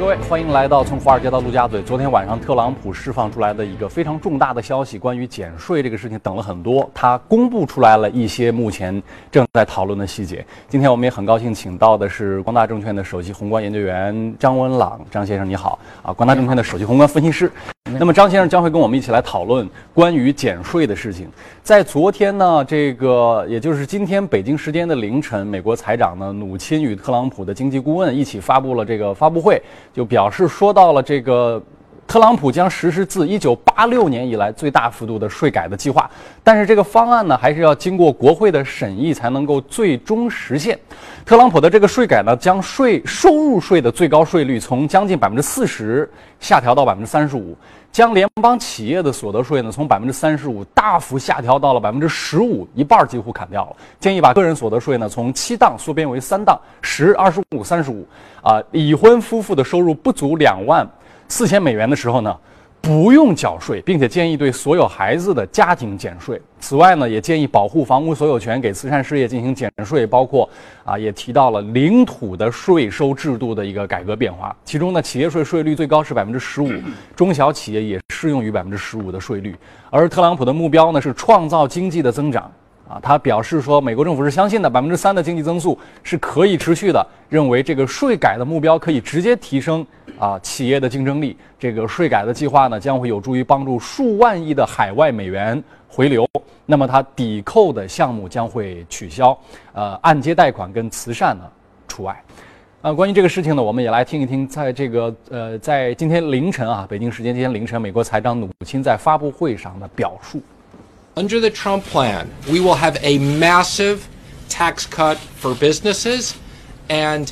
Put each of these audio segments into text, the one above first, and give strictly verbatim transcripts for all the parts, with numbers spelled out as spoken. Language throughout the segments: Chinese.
各位，欢迎来到从华尔街到陆家嘴。昨天晚上，特朗普释放出来的一个非常重大的消息，关于减税这个事情，等了很多，他公布出来了一些目前正在讨论的细节。今天我们也很高兴请到的是光大证券的首席宏观研究员张文朗，张先生你好啊！光大证券的首席宏观分析师。那么张先生将会跟我们一起来讨论关于减税的事情。在昨天呢，这个也就是今天北京时间的凌晨，美国财长呢努钦与特朗普的经济顾问一起发布了这个发布会，就表示说到了这个特朗普将实施自一九八六年以来最大幅度的税改的计划，但是这个方案呢还是要经过国会的审议才能够最终实现。特朗普的这个税改呢，将税收入税的最高税率从将近百分之四十下调到百分之三十五，将联邦企业的所得税呢从百分之三十五大幅下调到了百分之十五，一半几乎砍掉了。建议把个人所得税呢从七档缩编为三档，十、二十五、三十五。啊，已婚夫妇的收入不足两万四千美元的时候呢，不用缴税，并且建议对所有孩子的家庭减税。此外呢，也建议保护房屋所有权，给慈善事业进行减税，包括啊，也提到了领土的税收制度的一个改革变化。其中呢，企业税税率最高是百分之十五，中小企业也适用于百分之十五的税率。而特朗普的目标呢是创造经济的增长。啊，他表示说，美国政府是相信的，百分之三的经济增速是可以持续的，认为这个税改的目标可以直接提升啊企业的竞争力。这个税改的计划呢，将会有助于帮助数万亿的海外美元回流。那么它抵扣的项目将会取消，呃，按揭贷款跟慈善呢除外。啊，关于这个事情呢，我们也来听一听，在这个呃，在今天凌晨啊，北京时间今天凌晨，美国财长努钦在发布会上的表述。 Under the Trump plan, we will have a massive tax cut for businesses and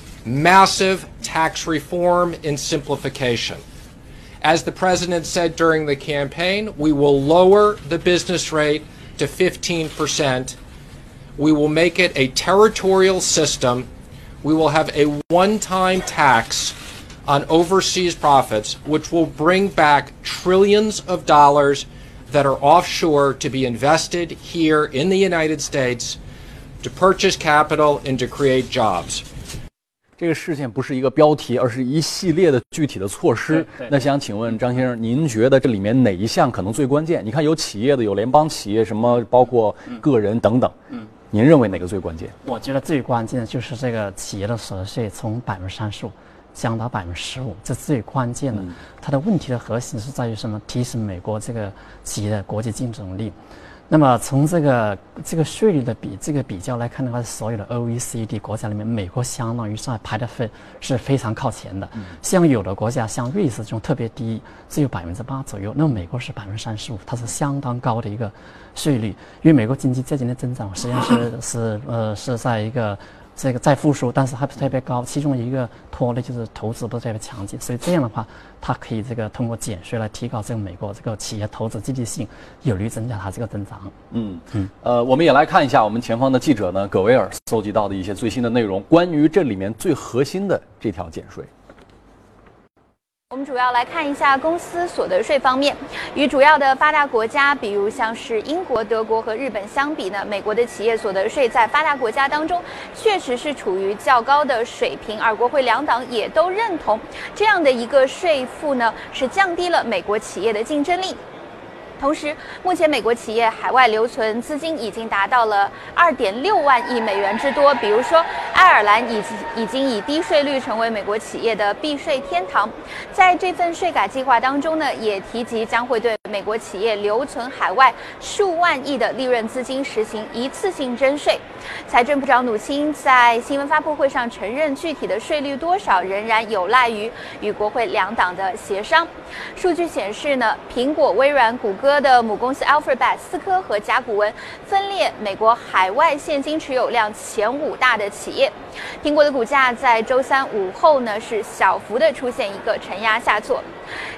massive tax reform and simplification. As the president said during the campaign, we will lower the business rate to fifteen percent. We will make it a territorial system. We will have a one-time tax on overseas profits, which will bring back trillions of dollars that are offshore to be invested here in the United States to purchase capital and to create jobs. 这个事件不是一个标题，而是一系列的具体的措施。那想请问张先生，您觉得这里面哪一项可能最关键？你看有企业的，有联邦企业，什么包括个人等等。嗯，您认为哪个最关键？ 我觉得最关键的就是这个企业的所得税从百分之三十五降到百分之十五，这是最关键的。嗯、它的问题的核心是在于什么？提升美国这个企业的国际竞争力。那么从这个这个税率的比这个比较来看的话，所有的 O E C D 国家里面，美国相当于是排的分是非常靠前的。嗯、像有的国家像瑞士这种特别低，只有百分之八左右，那么美国是百分之三十五，它是相当高的一个税率。因为美国经济这几年增长实际上是是呃是在一个。这个在复苏，但是还不是特别高，其中一个拖累就是投资不是特别强劲，所以这样的话，它可以这个通过减税来提高这个美国这个企业投资积极性，有利增加它这个增长。 嗯嗯，呃，我们也来看一下我们前方的记者呢，葛维尔搜集到的一些最新的内容，关于这里面最核心的这条减税。 我们主要来看一下公司所得税方面，与主要的发达国家，比如像是英国、德国和日本相比呢，美国的企业所得税在发达国家当中确实是处于较高的水平，而国会两党也都认同这样的一个税负呢，是降低了美国企业的竞争力。同时，目前美国企业海外留存资金已经达到了二点六万亿美元之多。比如说，爱尔兰已经已经以低税率成为美国企业的避税天堂。在这份税改计划当中呢，也提及将会对美国企业留存海外数万亿的利润资金实行一次性征税。财政部长努钦在新闻发布会上承认，具体的税率多少仍然有赖于与国会两党的协商。数据显示呢，苹果、微软、谷歌的母公司 Alphabet、思科和甲骨文分列美国海外现金持有量前五大的企业。苹果的股价在周三午后呢是小幅的出现一个承压下挫。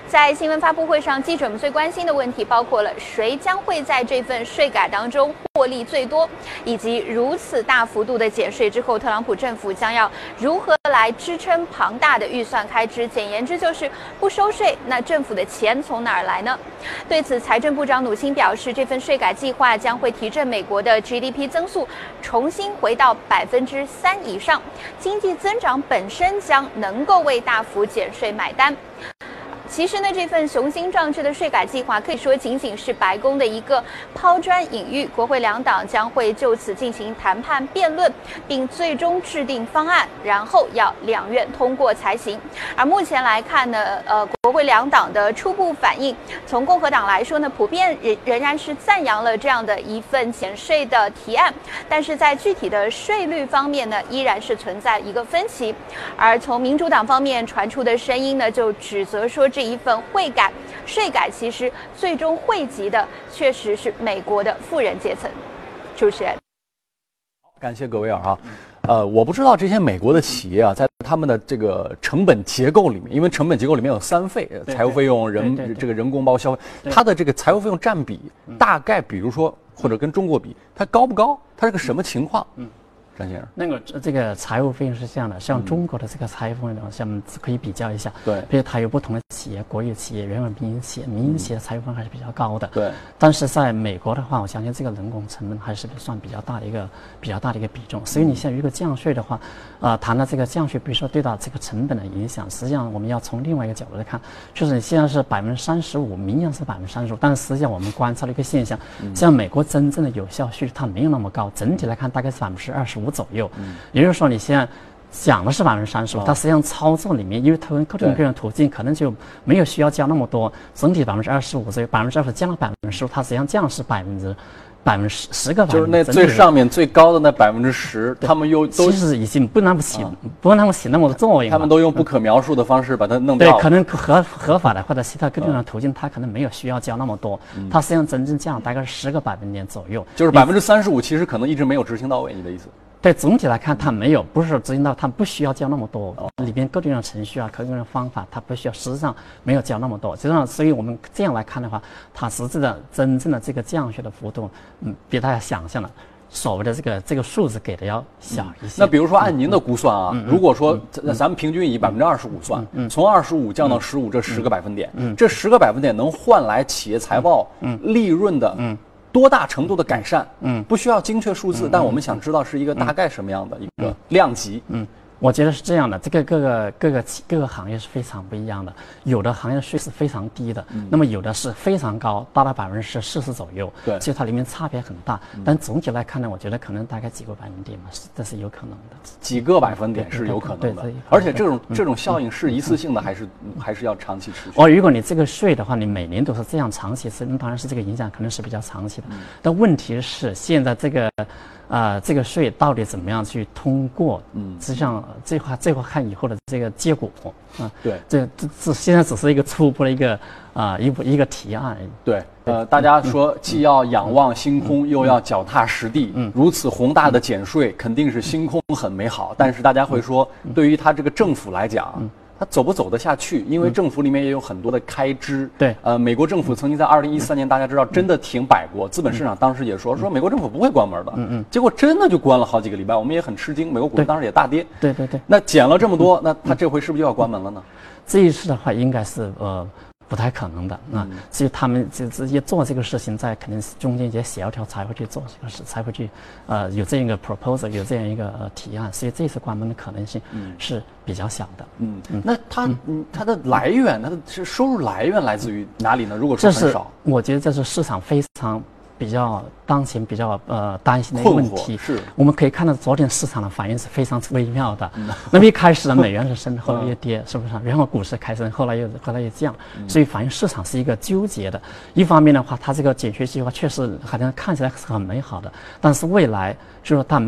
在新闻发布会上，记者们最关心的问题包括了谁将会在这份税改当中获利最多，以及如此大幅度的减税之后，特朗普政府将要如何来支撑庞大的预算开支。简言之，就是不收税，那政府的钱从哪儿来呢？对此，财政部长努钦表示，这份税改计划将会提振美国的 G D P 增速，重新回到百分之三以上，经济增长本身将能够为大幅减税买单。其实呢，这份雄心壮志的税改计划可以说仅仅是白宫的一个抛砖引玉，国会两党将会就此进行谈判辩论，并最终制定方案，然后要两院通过才行。而目前来看呢，呃，国会两党的初步反应，从共和党来说呢，普遍仍仍然是赞扬了这样的一份减税的提案，但是在具体的税率方面呢，依然是存在一个分歧。而从民主党方面传出的声音呢，就指责说，这一份汇改税改其实最终惠及的确实是美国的富人阶层。主持人， 感谢葛维尔啊。呃，我不知道这些美国的企业啊，在他们的这个成本结构里面，因为成本结构里面有三费，财务费用、人对对对这个人工包括消费，它的这个财务费用占比大概，比如说或者跟中国比，它高不高？它是个什么情况？嗯。张先生， 那个这个财务费用是这样的，像中国的这个财务费用，像可以比较一下。 对， 比如它有不同的企业，国有企业、原有民营企业，民营企业财务费用还是比较高的。 对， 但是在美国的话，我相信这个人工成本还是算比较大的一个比较大的一个比重。所以你现在如果降税的话，呃，谈到这个降税，比如说对到这个成本的影响，实际上我们要从另外一个角度来看，就是你现在是百分之三十五，明年是百分之三十五，但是实际上我们观察了一个现象，像美国真正的有效税率它没有那么高，整体来看大概是百分之二十五左右。嗯，也就是说，你现在讲的是百分之三十五，它实际上操作里面，因为它各种各样途径，可能就没有需要交那么多，整体百分之二十五左右，百分之二十降了百分之十五，它实际上降是百分之百分之十十个百分就是那最上面最高的那百分之十，他们又都其实已经不那么起、啊、不那么起那么多作用， 他们都用不可描述的方式把它弄掉、 嗯。对，可能合合法的或者其他各种各样的途径，它可能没有需要交那么多，嗯、它实际上真正降大概是十个百分点左右， 就是百分之三十五，其实可能一直没有执行到位，你的意思？ 对，总体来看，它没有，不是执行到，它不需要交那么多，哦、里边各种各样的程序啊，各种各样的方法，它不需要，实际上没有交那么多。实际上，所以我们这样来看的话，它实质的真正的这个降税的幅度，嗯，比大家想象的所谓的这个这个数字给的要小一些。 嗯、那比如说按您的估算啊，嗯、如果说咱咱们平均以百分之二十五算，嗯、从二十五降到十五，这十个百分点，嗯、这十个百分点能换来企业财报、嗯、利润的，嗯。多大程度的改善？嗯，不需要精确数字，嗯、但我们想知道是一个大概什么样的一个量级。嗯。嗯我觉得是这样的，这个各个各个各个行业是非常不一样的，有的行业税是非常低的，嗯、那么有的是非常高，达到百分之四十左右， 对， 所以它里面差别很大。嗯、但总体来看呢，我觉得可能大概几个百分点嘛，这是有可能的。 几个百分点是有可能的，而且这种这种效应是一次性的，还是、嗯、还是要长期持续？ 哦，如果你这个税的话，你每年都是这样长期是，那当然是这个影响可能是比较长期的。嗯、但问题是现在这个。啊、呃，这个税到底怎么样去通过？嗯，实际上这块这块看以后的这个结果啊。 对， 这这这现在只是一个初步的一个啊、呃、一步一个提案。 对，呃，大家说既要仰望星空，嗯、又要脚踏实地，嗯，如此宏大的减税，肯定是星空很美好。但是大家会说，嗯、对于他这个政府来讲。嗯它走不走得下去？因为政府里面也有很多的开支。 对， 呃，美国政府曾经在二零一三年，大家知道真的停摆过。资本市场当时也说说美国政府不会关门的。嗯嗯。结果真的就关了好几个礼拜，我们也很吃惊。美国股市当时也大跌。 对对对。 那减了这么多，那他这回是不是就要关门了呢？ 这一次的话，应该是呃。不太可能的啊，所以他们就直接做这个事情，在可能中间一些协调才会去做这个事，才会去呃有这样一个 proposal， 有这样一个呃提案，所以这次关门的可能性是比较小的。 嗯，嗯那它嗯它的来源，它的是收入来源来自于哪里呢？如果说很少， 我觉得这是市场非常。比较当前比较呃担心的一个问题， 是我们可以看到昨天市场的反应是非常微妙的。嗯、那么一开始呢，美元是升，后来又跌，是不是？然后股市开升，后来又后来又降，嗯、所以反映市场是一个纠结的。一方面的话，它这个减税计划确实好像看起来是很美好的，但是未来就是说它没有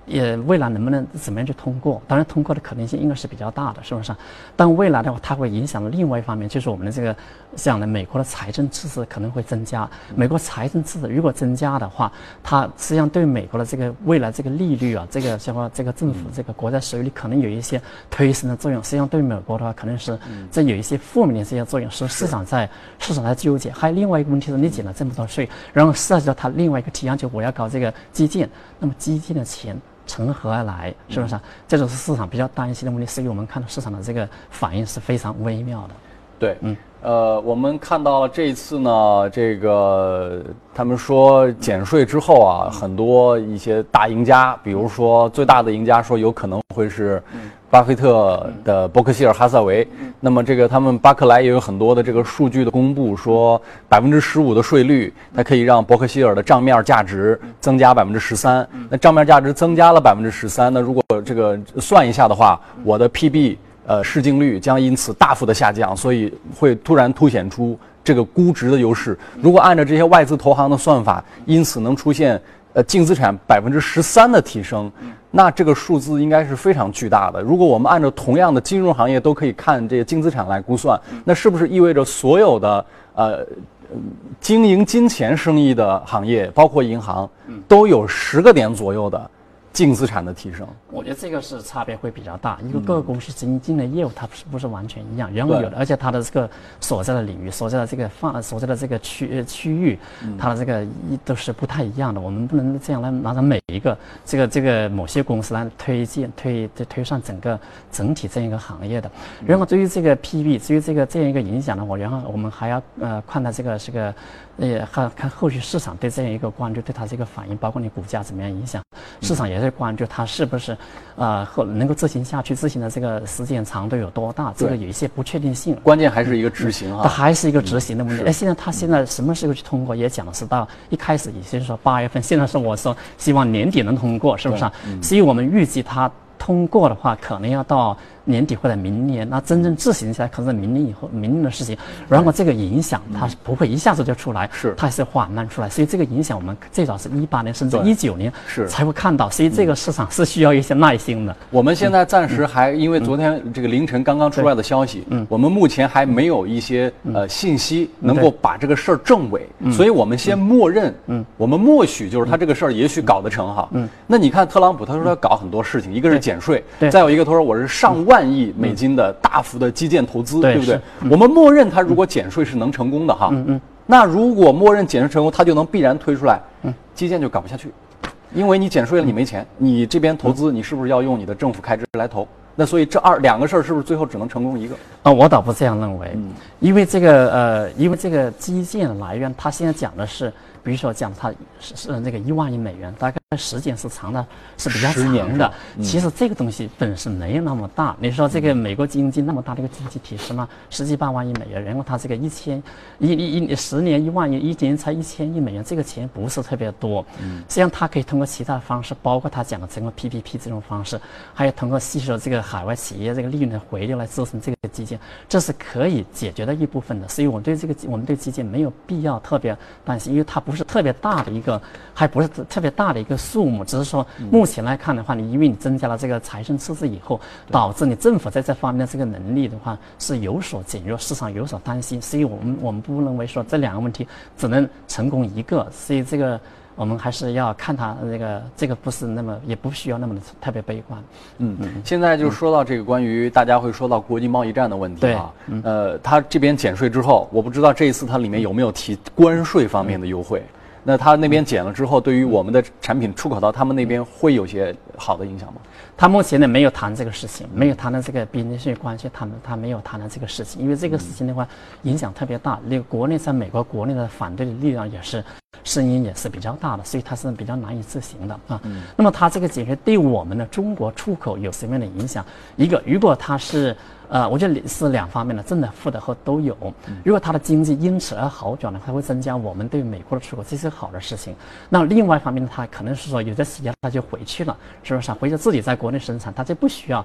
也未来能不能怎么样去通过？当然，通过的可能性应该是比较大的，是不是？但未来的话，它会影响另外一方面，就是我们的这个像呢，美国的财政赤字可能会增加。美国财政赤字如果增加的话，它实际上对美国的这个未来这个利率啊，这个像说这个政府这个国债收益率可能有一些推升的作用。实际上对美国的话，可能是这有一些负面的这些作用，是市场在市场在纠结。还有另外一个问题是，你减了这么多税，然后涉及到它另外一个提案，就我要搞这个基建，那么基建的钱从何而来？是不是？这种是市场比较担心的问题，所以我们看到市场的这个反应是非常微妙的。 对，嗯，呃，我们看到了这一次呢，这个他们说减税之后啊，很多一些大赢家，比如说最大的赢家说有可能会是巴菲特的伯克希尔哈撒韦。那么这个他们巴克莱也有很多的这个数据的公布，说百分之十五的税率，它可以让伯克希尔的账面价值增加百分之十三。那账面价值增加了百分之十三，那如果这个算一下的话，我的 P B。呃，市净率将因此大幅的下降，所以会突然凸显出这个估值的优势。如果按照这些外资投行的算法，因此能出现呃净资产百分之十三的提升，那这个数字应该是非常巨大的。如果我们按照同样的金融行业都可以看这个净资产来估算，那是不是意味着所有的呃经营金钱生意的行业，包括银行，都有十个点左右的净资产的提升？ 我觉得这个是差别会比较大。一个各个公司经营的业务，它不是不是完全一样，原有的，而且它的这个所在的领域、所在的这个范、所在的这个区区域，它的这个都是不太一样的。我们不能这样来拿着每一个这个这个某些公司来推荐、推推推上整个整体这样一个行业的。然后对于这个 P B， 至于这个这样一个影响呢，我然后我们还要呃看到这个这个呃看看后续市场对这样一个关注，对它这个反应，包括你股价怎么样影响，市场也是关注它是不是呃后能够执行下去，执行的这个时间长度有多大，这个有一些不确定性。 关键还是一个执行啊， 它还是一个执行的问题。哎、嗯，现在它现在什么时候去通过？也讲的是到一开始也就是说八月份，现在是我说希望年底能通过，是不是、啊？嗯、所以我们预计它通过的话，可能要到年底或者明年，那真正执行起来可能是明年以后，明年的事情。然后这个影响它不会一下子就出来，是它是缓慢出来，所以这个影响我们最早是一八年甚至一九年是才会看到，所以这个市场是需要一些耐心的。 我们现在暂时还因为昨天这个凌晨刚刚出来的消息，嗯，我们目前还没有一些呃信息能够把这个事儿证伪，所以我们先默认，嗯，我们默许就是他这个事儿也许搞得成哈，嗯，那你看特朗普他说他搞很多事情，一个是减税，再有一个他说我是上万亿美金的大幅的基建投资，对不对？我们默认他如果减税是能成功的哈，嗯嗯，那如果默认减税成功，他就能必然推出来，嗯，基建就搞不下去，因为你减税了，你没钱，你这边投资，你是不是要用你的政府开支来投？那所以这二两个事儿是不是最后只能成功一个？ 啊，我倒不这样认为，嗯，因为这个呃，因为这个基建的来源，他现在讲的是，比如说讲它是是那个一万亿美元，大概时间是长的，是比较长的。嗯、其实这个东西本身没有那么大。你说这个美国经济那么大的一个经济体是吗？十几八万亿美元，然后它这个一千一一一十年一万亿，一年才一千亿美元，这个钱不是特别多。嗯，实际上它可以通过其他的方式，包括他讲的整个 P P P 这种方式，还有通过吸收这个海外企业这个利润的回流来支撑这个基建，这是可以解决的一部分的。所以我们对这个我们对基建没有必要特别担心，因为它不是特别大的一个，还不是特别大的一个数目，只是说目前来看的话，你因为你增加了这个财政赤字以后，导致你政府在这方面的这个能力的话是有所减弱，市场有所担心，所以我们我们不认为说这两个问题只能成功一个，所以这个我们还是要看它这个这个不是那么也不需要那么的特别悲观。 嗯嗯，现在就说到这个关于大家会说到国际贸易战的问题啊，嗯、呃，他这边减税之后，我不知道这一次它里面有没有提关税方面的优惠。嗯，那他那边减了之后，对于我们的产品出口到他们那边会有些好的影响吗？ 他目前呢没有谈这个事情，没有谈的这个边境税关税，他们他没有谈的这个事情，因为这个事情的话影响特别大，那个国内在美国国内的反对的力量也是声音也是比较大的，所以它是比较难以执行的啊。嗯、那么它这个减税对我们的中国出口有什么样的影响？一个，如果它是呃，我觉得是两方面的，正的、负的和都有。如果它的经济因此而好转呢，它会增加我们对美国的出口，这是好的事情。那另外一方面呢，它可能是说有的企业它就回去了，是不是？回去自己在国内生产，它就不需要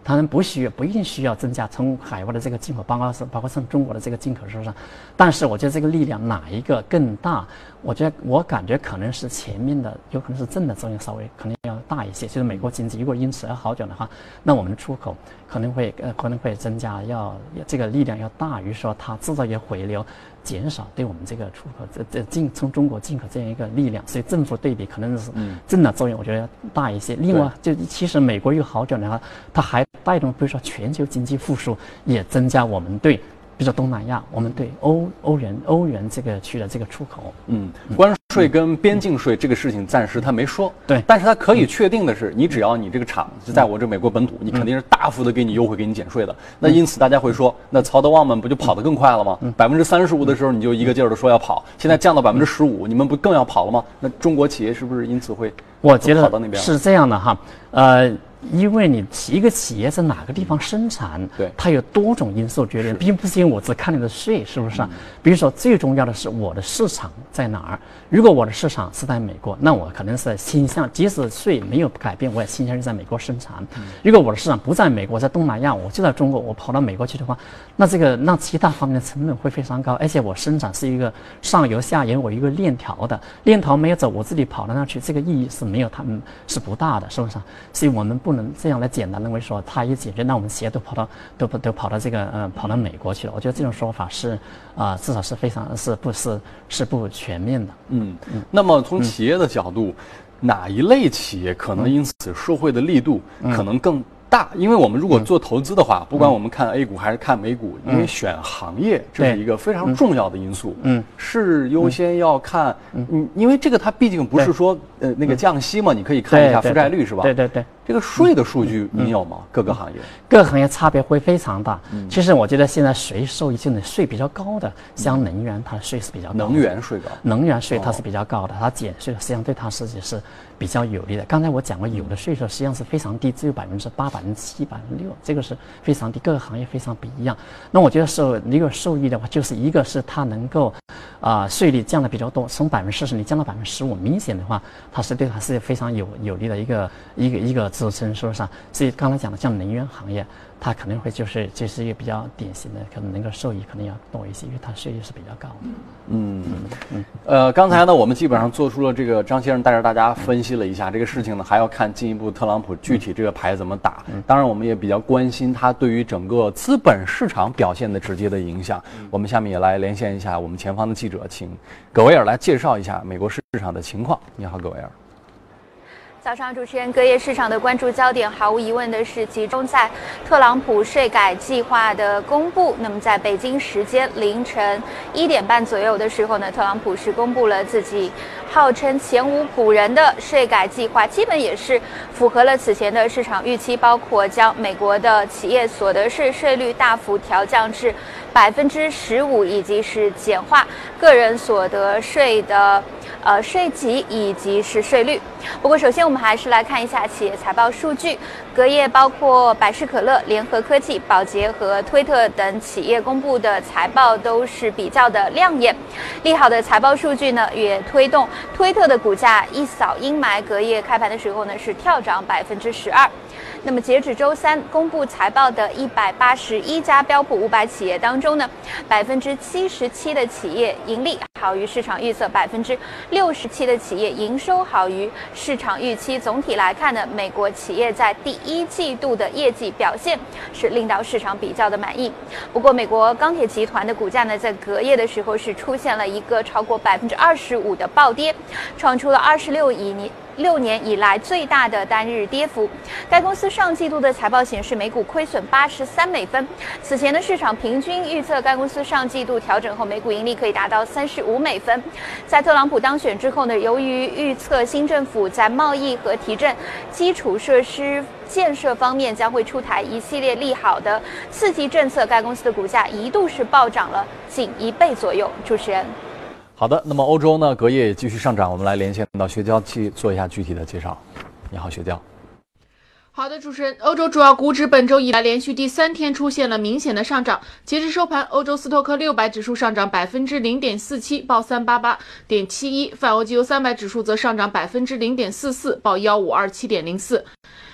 他们不需要不一定需要增加从海外的这个进口，包括是包括从中国的这个进口身上。但是我觉得这个力量哪一个更大？我觉得我感觉可能是前面的有可能是正的作用稍微可能要大一些。就是美国经济如果因此而好转的话，那我们的出口可能会呃可能会增加，要这个力量要大于说它制造业回流。减少对我们这个出口这这进从中国进口这样一个力量，所以正负对比可能是正的作用，我觉得大一些。另外，就其实美国有好转的话，它还带动比如说全球经济复苏，也增加我们对。比如说东南亚，我们对欧欧元欧元这个区的这个出口， 嗯，关税跟边境税这个事情暂时他没说， 对， 但是他可以确定的是，你只要你这个厂就在我这美国本土，你肯定是大幅的给你优惠、给你减税的。那因此大家会说，那曹德旺们不就跑得更快了吗？百分之三十五的时候你就一个劲儿的说要跑，现在降到百分之十五，你们不更要跑了吗？那中国企业是不是因此会我觉得跑到那边是这样的哈，呃。因为你一个企业在哪个地方生产， 对， 它有多种因素决定，并不是因为我只看你的税，是不是、啊嗯？比如说，最重要的是我的市场在哪儿。如果我的市场是在美国，那我可能是倾向，即使税没有改变，我也倾向于在美国生产。嗯、如果我的市场不在美国，在东南亚，我就在中国，我跑到美国去的话，那这个那其他方面的成本会非常高，而且我生产是一个上游下游，我一个链条的，链条没有走，我自己跑到那去，这个意义是没有，他们是不大的，是不是、啊？所以我们不能这样来简单认为说它一解决，那我们企业都跑到都都跑到这个呃跑到美国去了。我觉得这种说法是啊、呃，至少是非常是不是是不全面的。 嗯嗯。那么从企业的角度，嗯、哪一类企业可能因此受惠的力度可能更大？因为我们如果做投资的话，嗯、不管我们看 A 股还是看美股，嗯、因为选行业这是一个非常重要的因素。嗯，是优先要看，嗯，因为这个它毕竟不是说呃那个降息嘛，你可以看一下负债率是吧？ 对对对。 这个税的数据您有吗？嗯、各个行业， 各个行业差别会非常大。嗯、其实我觉得现在谁受益性的税比较高的，像能源，它的税是比较高的。 能源税高， 能源税它是比较高的，它减税实际上对它自己是比较有利的。刚才我讲过，有的税收实际上是非常低，只有百分之八、百分之七、百分之六，这个是非常低，各个行业非常不一样。那我觉得受如果受益的话，就是一个是它能够啊、呃、税率降的比较多，从百分之四十你降到百分之十五，明显的话，它是对它是非常有有利的一个一个一个支撑，是不是？所以刚才讲的像能源行业，它可能会就是这、就是一个比较典型的，可能能够受益可能要多一些，因为它税率是比较高的。 嗯嗯嗯。呃，刚才呢，我们基本上做出了这个张先生带着大家分析了一下这个事情呢，还要看进一步特朗普具体这个牌怎么打。嗯、当然，我们也比较关心他对于整个资本市场表现的直接的影响。嗯、我们下面也来连线一下我们前方的记者，请葛维尔来介绍一下美国市场的情况。你好，葛维尔。 早上，主持人，隔夜市场的关注焦点毫无疑问的是集中在特朗普税改计划的公布。那么，在北京时间凌晨一点半左右的时候呢，特朗普是公布了自己号称前无古人的税改计划，基本也是符合了此前的市场预期，包括将美国的企业所得税税率大幅调降至百分之十五，以及是简化个人所得税的呃税级以及是税率。不过，首先我们还是来看一下企业财报数据。隔夜，包括百事可乐、联合科技、宝洁和推特等企业公布的财报都是比较的亮眼。利好的财报数据呢，也推动推特的股价一扫阴霾，隔夜开盘的时候呢是跳涨百分之十二。那么截止周三公布财报的一百八十一家标普五百企业当中呢，百分之七十七的企业盈利好于市场预测，百分之六十七的企业营收好于市场预期。总体来看呢，美国企业在第一季度的业绩表现是令到市场比较的满意。不过，美国钢铁集团的股价呢，在隔夜的时候是出现了一个超过百分之二十五的暴跌，创出了二十六以年。六年以来最大的单日跌幅。该公司上季度的财报显示，每股亏损八十三美分。此前的市场平均预测，该公司上季度调整后每股盈利可以达到三十五美分。在特朗普当选之后呢，由于预测新政府在贸易和提振基础设施建设方面将会出台一系列利好的刺激政策，该公司的股价一度是暴涨了近一倍左右。主持人。 好的，那么欧洲呢，隔夜也继续上涨，我们来连线到薛娇去做一下具体的介绍。你好，薛娇。 好的，主持人，欧洲主要股指本周以来连续第三天出现了明显的上涨。截至收盘，欧洲斯托克六百指数上涨百分之零点四七，报三八八点七一；泛欧绩优三百指数则上涨百分之零点四四，报幺五二七点零四。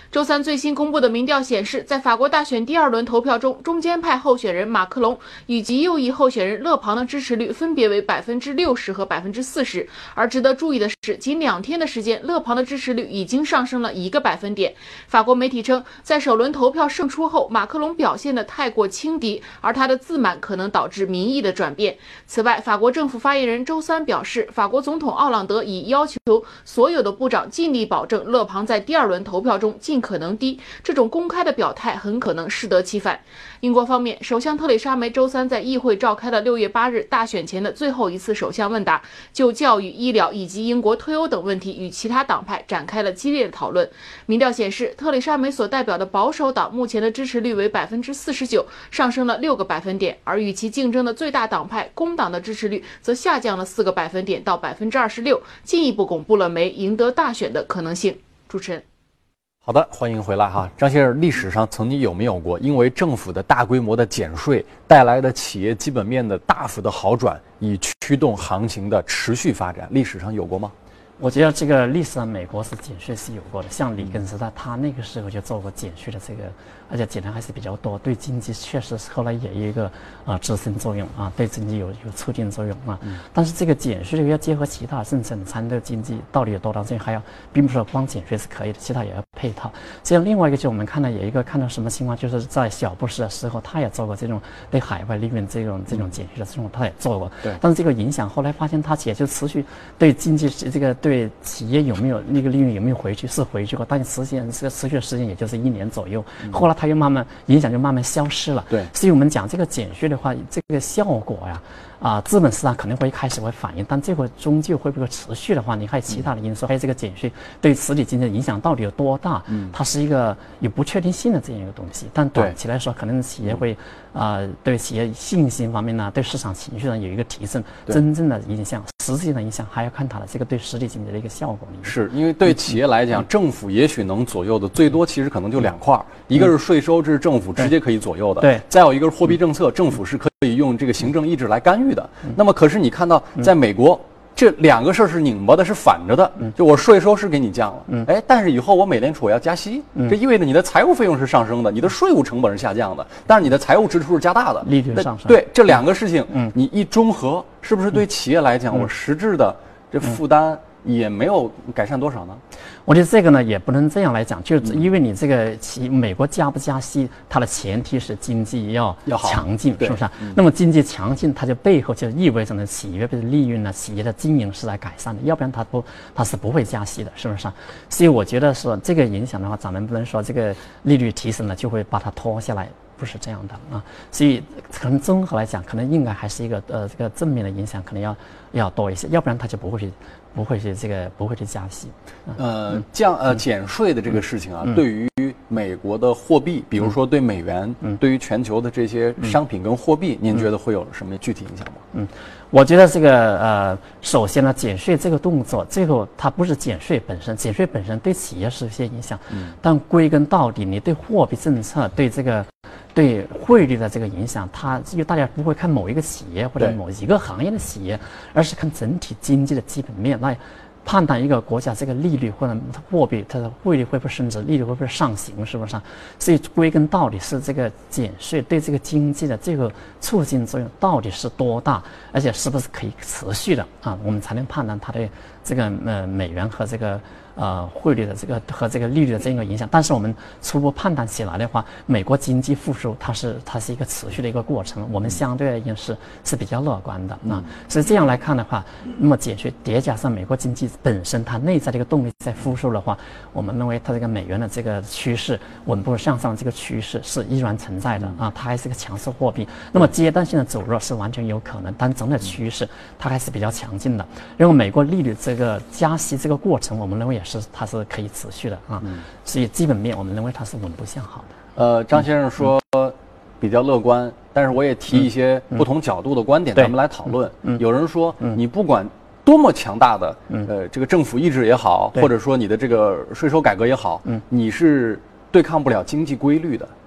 周三最新公布的民调显示，在法国大选第二轮投票中，中间派候选人马克龙以及右翼候选人勒庞的支持率分别为百分之六十和百分之四十。而值得注意的是，仅两天的时间，勒庞的支持率已经上升了一个百分点。法国媒体称，在首轮投票胜出后，马克龙表现得太过轻敌，而他的自满可能导致民意的转变。此外，法国政府发言人周三表示，法国总统奥朗德已要求所有的部长尽力保证勒庞在第二轮投票中尽可能低，这种公开的表态很可能适得其反。英国方面，首相特蕾莎梅周三在议会召开了六月八日大选前的最后一次首相问答，就教育、医疗以及英国退欧等问题与其他党派展开了激烈的讨论。民调显示，特蕾莎梅所代表的保守党目前的支持率为百分之四十九，上升了六个百分点，而与其竞争的最大党派工党的支持率则下降了四个百分点到百分之二十六，进一步巩固了梅赢得大选的可能性。主持人。 好的，欢迎回来哈，张先生，历史上曾经有没有过因为政府的大规模的减税带来的企业基本面的大幅的好转，以驱动行情的持续发展？历史上有过吗？ 我觉得这个历史上美国是减税是有过的，像里根时代，他那个时候就做过减税的这个，而且减的还是比较多，对经济确实是后来也有一个啊、呃、支撑作用啊，对经济有有促进作用啊。嗯、但是这个减税要结合其他政策，你才能对经济到底有多大作用，还要并不是说光减税是可以的，其他也要配套。这样另外一个就是我们看到有一个看到什么情况，就是在小布什的时候，他也做过这种对海外利润这种这种减税的这种，他也做过。 对。 但是这个影响后来发现，他也就持续对经济这个。对企业有没有那个利润有没有回去是回去过，但是实际上这个持续的时间也就是一年左右，嗯、后来它又慢慢影响就慢慢消失了。 对， 所以我们讲这个减税的话，这个效果呀，啊、呃，资本市场可能会开始会反应，但这个终究会不会持续的话，你还有其他的因素，嗯、还有这个减税对实体经济的影响到底有多大？嗯，它是一个有不确定性的这样一个东西。但短期来说，可能企业会啊、呃、对企业信心方面呢，对市场情绪上有一个提升，真正的影响。实际的影响还要看它的这个对实体经济的一个效果。 是因为对企业来讲，嗯、政府也许能左右的最多其实可能就两块，嗯、一个是税收，这是政府直接可以左右的； 对， 再有一个是货币政策，政府是可以用这个行政意志来干预的。嗯、那么，可是你看到在美国。嗯这两个事儿是拧巴的，是反着的。嗯，就我税收是给你降了，嗯，哎，但是以后我美联储我要加息，嗯，这意味着你的财务费用是上升的，你的税务成本是下降的，但是你的财务支出是加大的， 利率上升。 对，这两个事情，嗯，你一中和，是不是对企业来讲，嗯、我实质的这负担也没有改善多少呢？ 我觉得这个呢也不能这样来讲，就是因为你这个其美国加不加息，它的前提是经济要强劲，是不是、啊？嗯、那么经济强劲，它就背后就意味着呢企业的利润呢、企业的经营是在改善的，要不然它不它是不会加息的，是不是、啊？所以我觉得说这个影响的话，咱们不能说这个利率提升了就会把它拖下来。不是这样的啊，所以可能综合来讲，可能应该还是一个呃这个正面的影响，可能要要多一些，要不然它就不会去不会去这个不会去加息。 啊、呃，降呃减税的这个事情啊，嗯、对于美国的货币，比如说对美元，嗯、对于全球的这些商品跟货币，嗯、您觉得会有什么具体影响吗？ 嗯，我觉得这个呃，首先呢，减税这个动作，这个它不是减税本身，减税本身对企业是有些影响，嗯、但归根到底，你对货币政策对这个。对汇率的这个影响，它因为大家不会看某一个企业或者某一个行业的企业，而是看整体经济的基本面来判断一个国家这个利率或者货币它的汇率会不会升值，利率会不会上行，是不是？所以归根到底是这个减税对这个经济的这个促进作用到底是多大，而且是不是可以持续的啊？我们才能判断它对这个呃美元和这个。呃，汇率的这个和这个利率的这个影响，但是我们初步判断起来的话，美国经济复苏它是它是一个持续的一个过程，我们相对而言是是比较乐观的啊。所以这样来看的话，那么减税叠加上美国经济本身它内在这个动力在复苏的话，我们认为它这个美元的这个趋势稳步向上这个趋势是依然存在的啊，它还是个强势货币。那么阶段性的走弱是完全有可能，但整体趋势它还是比较强劲的。因为美国利率这个加息这个过程，我们认为也是它是可以持续的啊，嗯、所以基本面我们认为它是稳步向好的。 呃，张先生说比较乐观，但是我也提一些不同角度的观点， 嗯、 咱们来讨论。 嗯、 有人说，嗯、你不管多么强大的， 嗯、 呃，这个政府意志也好，或者说你的这个税收改革也好，嗯、你是对抗不了经济规律的。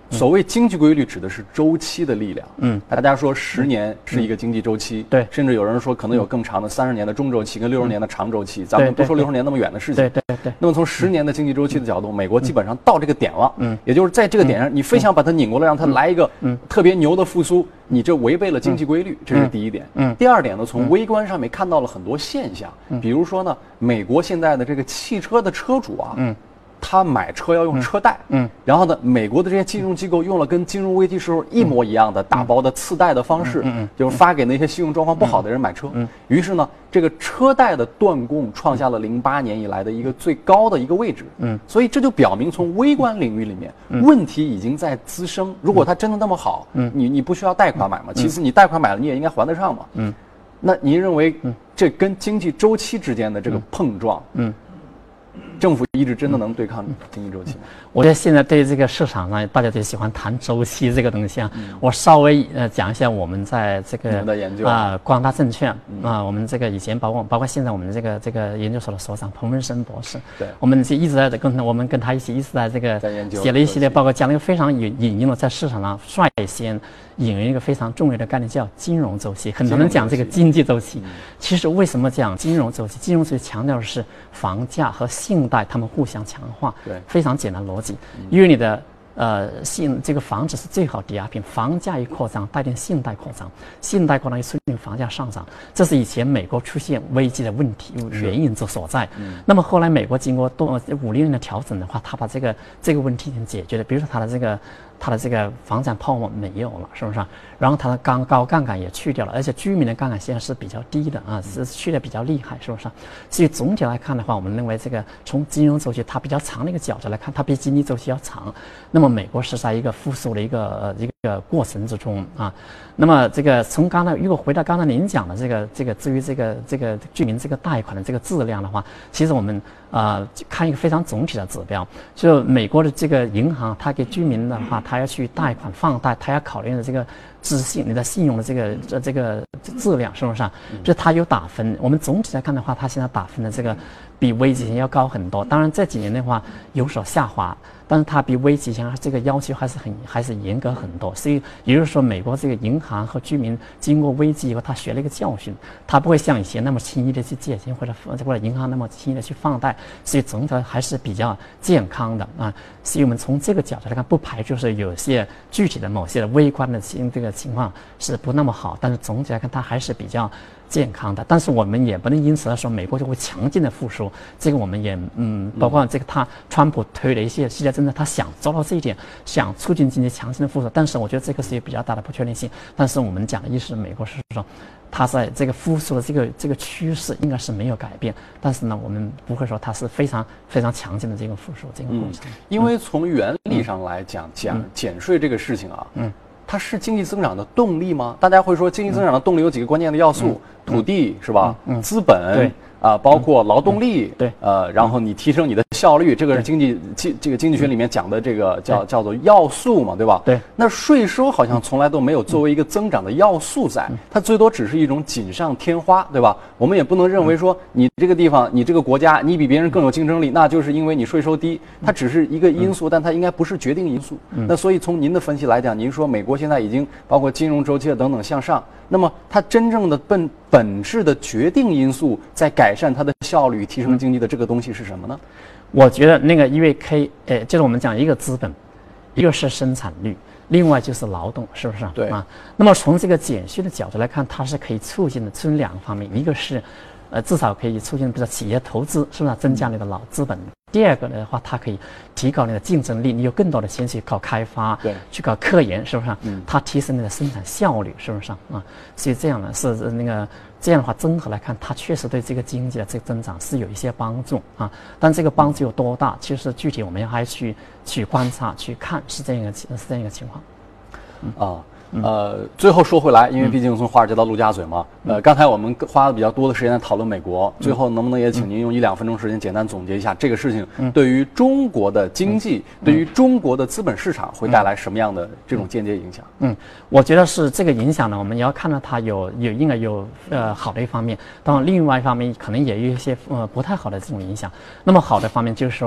所谓经济规律指的是周期的力量。 嗯， 大家说十年是一个经济周期， 对， 甚至有人说可能有更长的三十年的中周期跟六十年的长周期。咱们不说六十年那么远的事情。 对对对。 那么从十年的经济周期的角度，美国基本上到这个点了。嗯，也就是在这个点上，你非想把它拧过来，让它来一个特别牛的复苏，你这违背了经济规律，这是第一点。嗯。第二点呢，从微观上面看到了很多现象，比如说呢，美国现在的这个汽车的车主啊，嗯。他买车要用车贷，嗯，然后呢，美国的这些金融机构用了跟金融危机时候一模一样的打包的次贷的方式，嗯，就是发给那些信用状况不好的人买车，嗯，于是呢，这个车贷的断供创下了零八年以来的一个最高的一个位置，嗯，所以这就表明从微观领域里面，问题已经在滋生。如果它真的那么好，嗯，你你不需要贷款买吗？其次，你贷款买了，你也应该还得上嘛，嗯，那您认为这跟经济周期之间的这个碰撞，嗯？政府一直真的能对抗经济周期吗？ 我觉得现在对这个市场上，大家就喜欢谈周期这个东西啊。嗯、我稍微呃讲一下我们在这个的研究啊、呃，光大证券啊、嗯呃，我们这个以前包括包括现在我们这个这个研究所的所长彭文生博士， 对， 我们就一直在跟我们跟他一起一直在这个写了一系列报告，讲了一个非常引引用了在市场上率先引用一个非常重要的概念叫金融周期。很多人讲这个经济周期，嗯、其实为什么讲金融周期？金融周期强调的是房价和信贷它们互相强化， 对， 非常简单逻辑，因为你的呃信这个房子是最好抵押品，房价一扩张带动信贷扩张，信贷扩张一促进房价上涨，这是以前美国出现危机的问题原因之所在。嗯、那么后来美国经过多五六年的调整的话，它把这个这个问题已经解决了，比如说它的这个。它的这个房产泡沫没有了，是不是？然后它的高高杠杆也去掉了，而且居民的杠杆现在是比较低的啊，是去的比较厉害，是不是？所以总体来看的话，我们认为这个从金融周期它比较长的一个角度来看，它比经济周期要长。那么美国是在一个复苏的一个呃一个过程之中啊。那么这个从刚才如果回到刚才您讲的这个这个至于这个这个居民这个贷款的这个质量的话，其实我们呃看一个非常总体的指标，就美国的这个银行，它给居民的话，它要去贷款放贷，它要考虑的这个资信，你的信用的这个这这个质量是不是？就它有打分。我们总体来看的话，它现在打分的这个比危机前要高很多。当然这几年的话有所下滑，但是它比危机前这个要求还是很还是严格很多。所以也就是说，美国这个银行和居民经过危机以后，他学了一个教训，他不会像以前那么轻易的去借钱或者或者银行那么轻易的去放贷，所以总体还是比较健康的啊。所以我们从这个角度来看，不排除是有些具体的某些微观的情这个情况是不那么好，但是总体来看它还是比较健康的。但是我们也不能因此来说美国就会强劲的复苏，这个我们也嗯，包括这个他川普推了一些系列政策，他想做到这一点，想促进经济强劲的复苏，但是我觉得这个是有比较大的不确定性。但是我们讲的意思，美国是说它在这个复苏的这个这个趋势应该是没有改变，但是呢，我们不会说它是非常非常强劲的这个复苏这个过程。 嗯、因为从原理上来讲，讲、嗯、减税这个事情啊，嗯，它是经济增长的动力吗？大家会说经济增长的动力有几个关键的要素，嗯、土地是吧？嗯，资本对。 啊，包括劳动力， 嗯、对， 呃，然后你提升你的效率，这个是经济经这个经济学里面讲的这个叫叫做要素嘛，对吧？ 对。 那税收好像从来都没有作为一个增长的要素在，嗯、它最多只是一种锦上添花，对吧？我们也不能认为说你这个地方、你这个国家，你比别人更有竞争力，那就是因为你税收低，它只是一个因素，但它应该不是决定因素。嗯、那所以从您的分析来讲，您说美国现在已经包括金融周期等等向上，那么它真正的本本质的决定因素在改善它的效率、提升经济的这个东西是什么呢？ 我觉得那个因为可以，呃，就是我们讲一个资本，一个是生产率，另外就是劳动，是不是？ 对啊。那么从这个减税的角度来看，它是可以促进的，促进两个方面，一个是，呃，至少可以促进，比如说企业投资，是不是增加你的劳资本？第二个的话，它可以提高你的竞争力，你有更多的钱去搞开发， 对， 去搞科研，是不是？ 嗯， 它提升你的生产效率，是不是啊？所以这样呢，是那个这样的话，综合来看，它确实对这个经济的这个增长是有一些帮助啊。但这个帮助有多大，其实具体我们要还去去观察、去看，是这样一个是这样一个情况。 嗯、啊。呃，最后说回来，因为毕竟从华尔街到陆家嘴嘛， 嗯、 呃，刚才我们花了比较多的时间在讨论美国，最后能不能也请您用一两分钟时间简单总结一下这个事情对于中国的经济、嗯、对于中国的资本市场会带来什么样的这种间接影响？ 嗯，我觉得是这个影响呢，我们要看到它有有应该有呃好的一方面，当然另外一方面可能也有一些呃不太好的这种影响。那么好的方面就是说，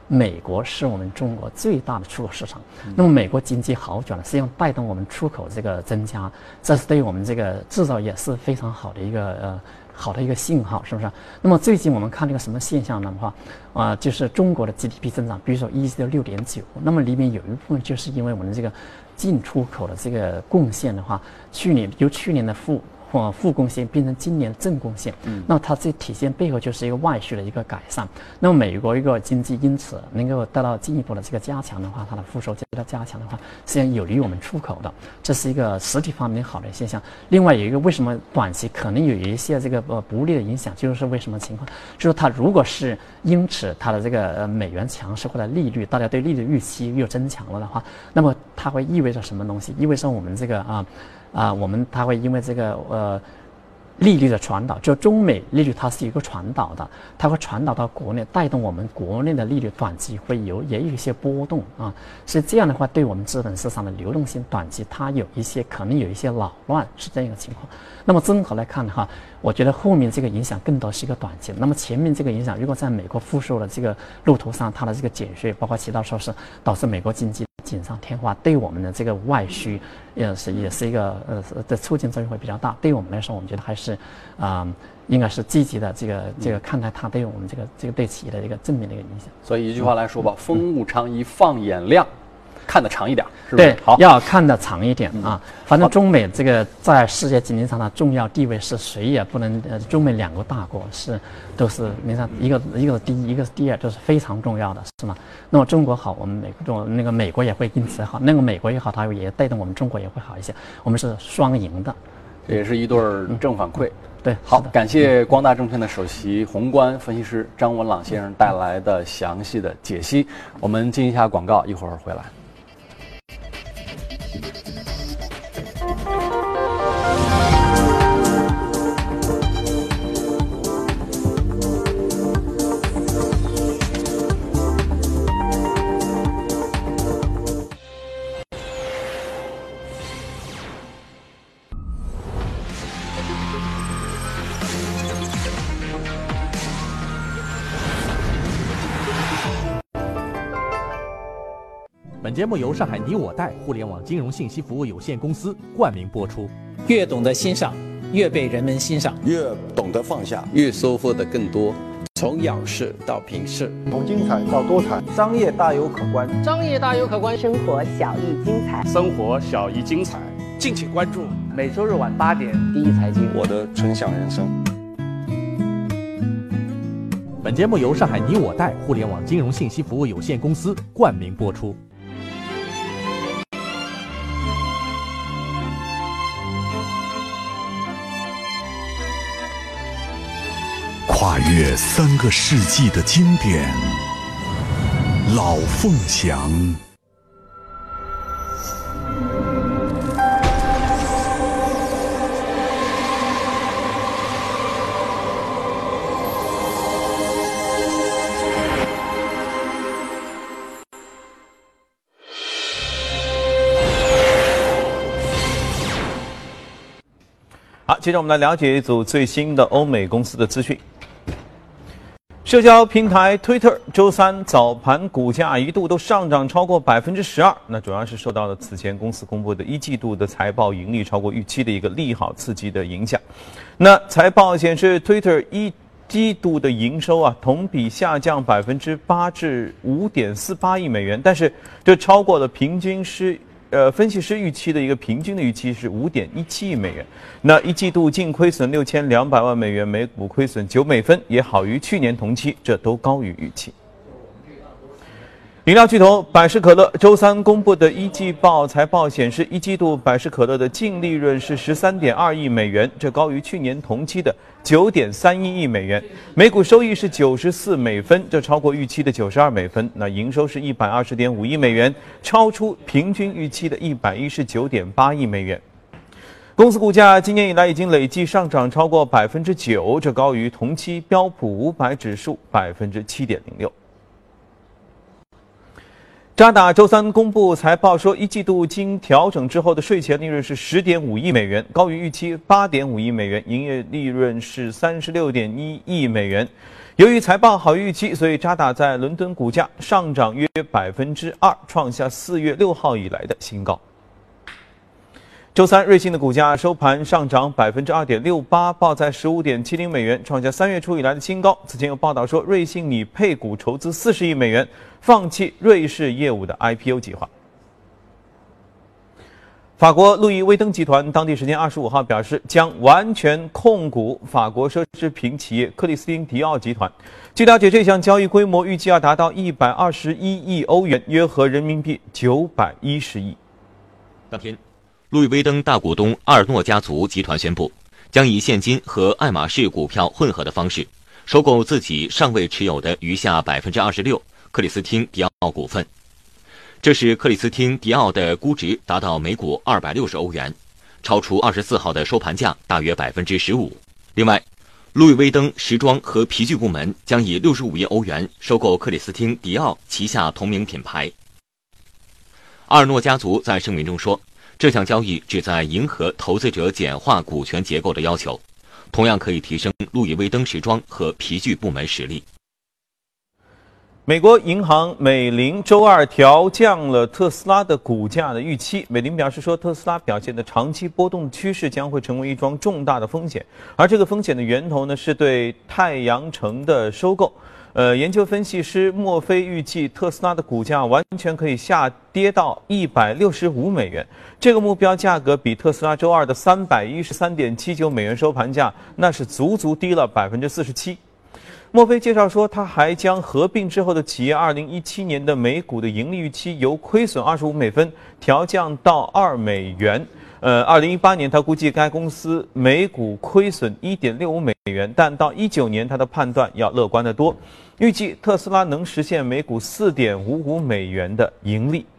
美国是我们中国最大的出口市场。那么美国经济好转了，实际上带动我们出口这个增加，这是对于我们这个制造业是非常好的一个呃。好的一个信号，是不是？那么最近我们看这个什么现象呢？的话，啊、呃，就是中国的 G D P 增长，比如说一季度六点九，那么里面有一部分就是因为我们的这个进出口的这个贡献的话，去年由去年的负或负贡献变成今年正贡献，嗯，那么它这体现背后就是一个外需的一个改善。那么美国一个经济因此能够得到进一步的这个加强的话，它的复收得到加强的话，实际上有利于我们出口的，这是一个实体方面好的现象。另外有一个为什么短期可能有一些这个呃不利的影响，就是为什么情况？就是它如果是因此它的这个呃美元强势或者利率，大家对利率预期又增强了的话，那么它会意味着什么东西？意味着我们这个啊。啊、呃，我们它会因为这个呃利率的传导，就中美利率它是一个传导的，它会传导到国内，带动我们国内的利率短期会有也有一些波动啊，所以这样的话，对我们资本市场的流动性短期它有一些可能有一些扰乱，是这样一个情况。那么综合来看的话，我觉得后面这个影响更多是一个短期。那么前面这个影响，如果在美国复苏的这个路途上，它的这个减税，包括其他措施，导致美国经济锦上添花，对我们的这个外需也是也是一个呃的促进作用会比较大。对于我们来说，我们觉得还是啊、呃、应该是积极的这个这个看待它对我们这个这个对企业的一个正面的一个影响。 所以一句话来说吧，风物长宜放眼量。看得长一点，是不是？ 对，好，要看得长一点啊。反正中美这个在世界经济上的重要地位是谁也不能，呃，中美两个大国是都是，你看一个一个是第一，一个是第二，都是非常重要的，是吗？那么中国好，我们美国中那个美国也会因此好，那个美国也好，它也带动我们中国也会好一些，我们是双赢的， 这也是一对正反馈。 嗯、对， 好，感谢光大证券的首席宏观分析师张文朗先生带来的详细的解析。我们进一下广告，一会儿回来。 本节目由上海你我贷互联网金融信息服务有限公司冠名播出。 越懂得欣赏，越被人们欣赏； 越懂得放下， 越收获的更多。从仰视到平视， 从精彩到多彩， 商业大有可观， 商业大有可观， 生活小亦精彩， 生活小亦精彩。 敬请关注每周日晚八点， 第一财经， 我的纯享人生。 本节目由上海你我贷互联网金融信息服务有限公司冠名播出。 跨越三个世纪的经典，老凤祥。 好，接着我们来了解一组最新的欧美公司的资讯。社交平台 Twitter 周三早盘股价一度都上涨超过百分之十二，那主要是受到了此前公司公布的一季度的财报盈利超过预期的一个利好刺激的影响。那财报显示 ，Twitter 一季度的营收啊同比下降百分之八至五点四八亿美元，但是这超过了平均是。呃，分析师预期的一个平均的预期是五点一七亿美元，那一季度净亏损六千两百万美元，每股亏损九美分，也好于去年同期，这都高于预期。饮料巨头百事可乐周三公布的一季报财报显示，一季度百事可乐的净利润是十三点二亿美元，这高于去年同期的九点三一亿美元，每股收益是九十四美分，这超过预期的九十二美分。那营收是一百二十点五亿美元，超出平均预期的一百一十九点八亿美元。公司股价今年以来已经累计上涨超过百分之九，这高于同期标普五百指数百分之七点零六。 渣打周三公布财报说，一季度经调整之后的税前利润是 十点五亿美元，高于预期 八点五亿美元，营业利润是 三十六点一亿美元。由于财报好于预期，所以渣打在伦敦股价上涨约 百分之二， 创下四月六号以来的新高。周三，瑞信的股价收盘上涨 百分之二点六八， 报在 十五点七零美元，创下三月初以来的新高。此前有报道说，瑞信拟配股筹资四十亿美元，放弃瑞士业务的 I P O 计划。法国路易威登集团当地时间二十五号表示，将完全控股法国奢侈品企业克里斯汀迪奥集团。据了解，这项交易规模预计要达到一百二十一亿欧元，约合人民币九百一十亿。 当天，路易威登大股东阿尔诺家族集团宣布，将以现金和爱马仕股票混合的方式，收购自己尚未持有的余下 百分之二十六 克里斯汀迪奥股份。这使克里斯汀迪奥的估值达到每股二百六十欧元，超出二十四号的收盘价大约 百分之十五。另外，路易威登时装和皮具部门将以六十五亿欧元收购克里斯汀迪奥旗下同名品牌。阿尔诺家族在声明中说，这项交易旨在迎合投资者简化股权结构的要求，同样可以提升路易威登时装和皮具部门实力。 美国银行美林周二调降了特斯拉的股价的预期。美林表示说，特斯拉表现的长期波动的趋势将会成为一桩重大的风险，而这个风险的源头呢，是对太阳城的收购。呃，研究分析师墨菲预计，特斯拉的股价完全可以下跌到一百六十五美元，这个目标价格比特斯拉周二的三百一十三点七九美元收盘价，那是足足低了 百分之四十七。墨菲介绍说，他还将合并之后的企业二零一七年的每股的盈利预期由亏损二十五美分调降到二美元。呃，二零一八年他估计该公司每股亏损 一点六五美元，但到一九年他的判断要乐观得多，预计特斯拉能实现每股 四点五五美元的盈利。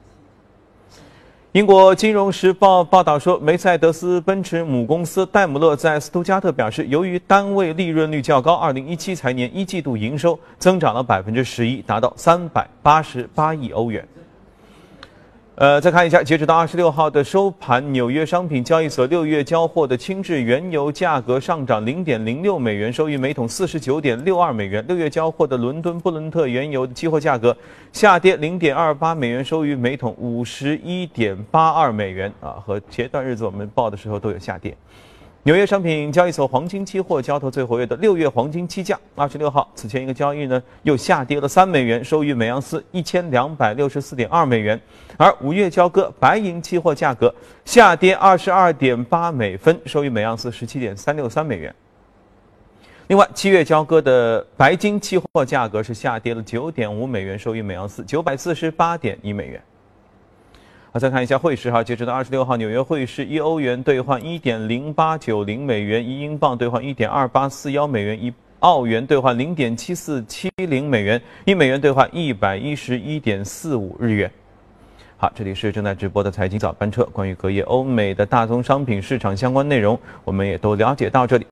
英国金融时报报道说，梅赛德斯奔驰母公司戴姆勒在斯图加特表示，由于单位利润率较高，二零一七财年一季度营收增长了 百分之十一， 达到三百八十八亿欧元。呃，再看一下，截止到二十六号的收盘，纽约商品交易所六月交货的轻质原油价格上涨 零点零六美元，收于每桶 四十九点六二美元。六月交货的伦敦布伦特原油的期货价格下跌 零点二八美元，收于每桶 五十一点八二美元啊，和前段日子我们报的时候都有下跌。纽约商品交易所黄金期货交投最活跃的六月黄金期价，二十六号此前一个交易呢又下跌了三美元，收于每盎司一千两百六十四点二美元。而五月交割白银期货价格下跌二十二点八美分，收于每盎司十七点三六三美元。另外，七月交割的白金期货价格是下跌了九点五美元，收于每盎司九百四十八点一美元。好，再看一下汇市哈，截止到二十六号，纽约汇市一欧元兑换 一点零八九零美元，一英镑兑换 一点二八四一美元，一澳元兑换 零点七四七零美元，一美元兑换 一百一十一点四五日元。好，这里是正在直播的财经早班车，关于隔夜欧美的大宗商品市场相关内容，我们也都了解到这里。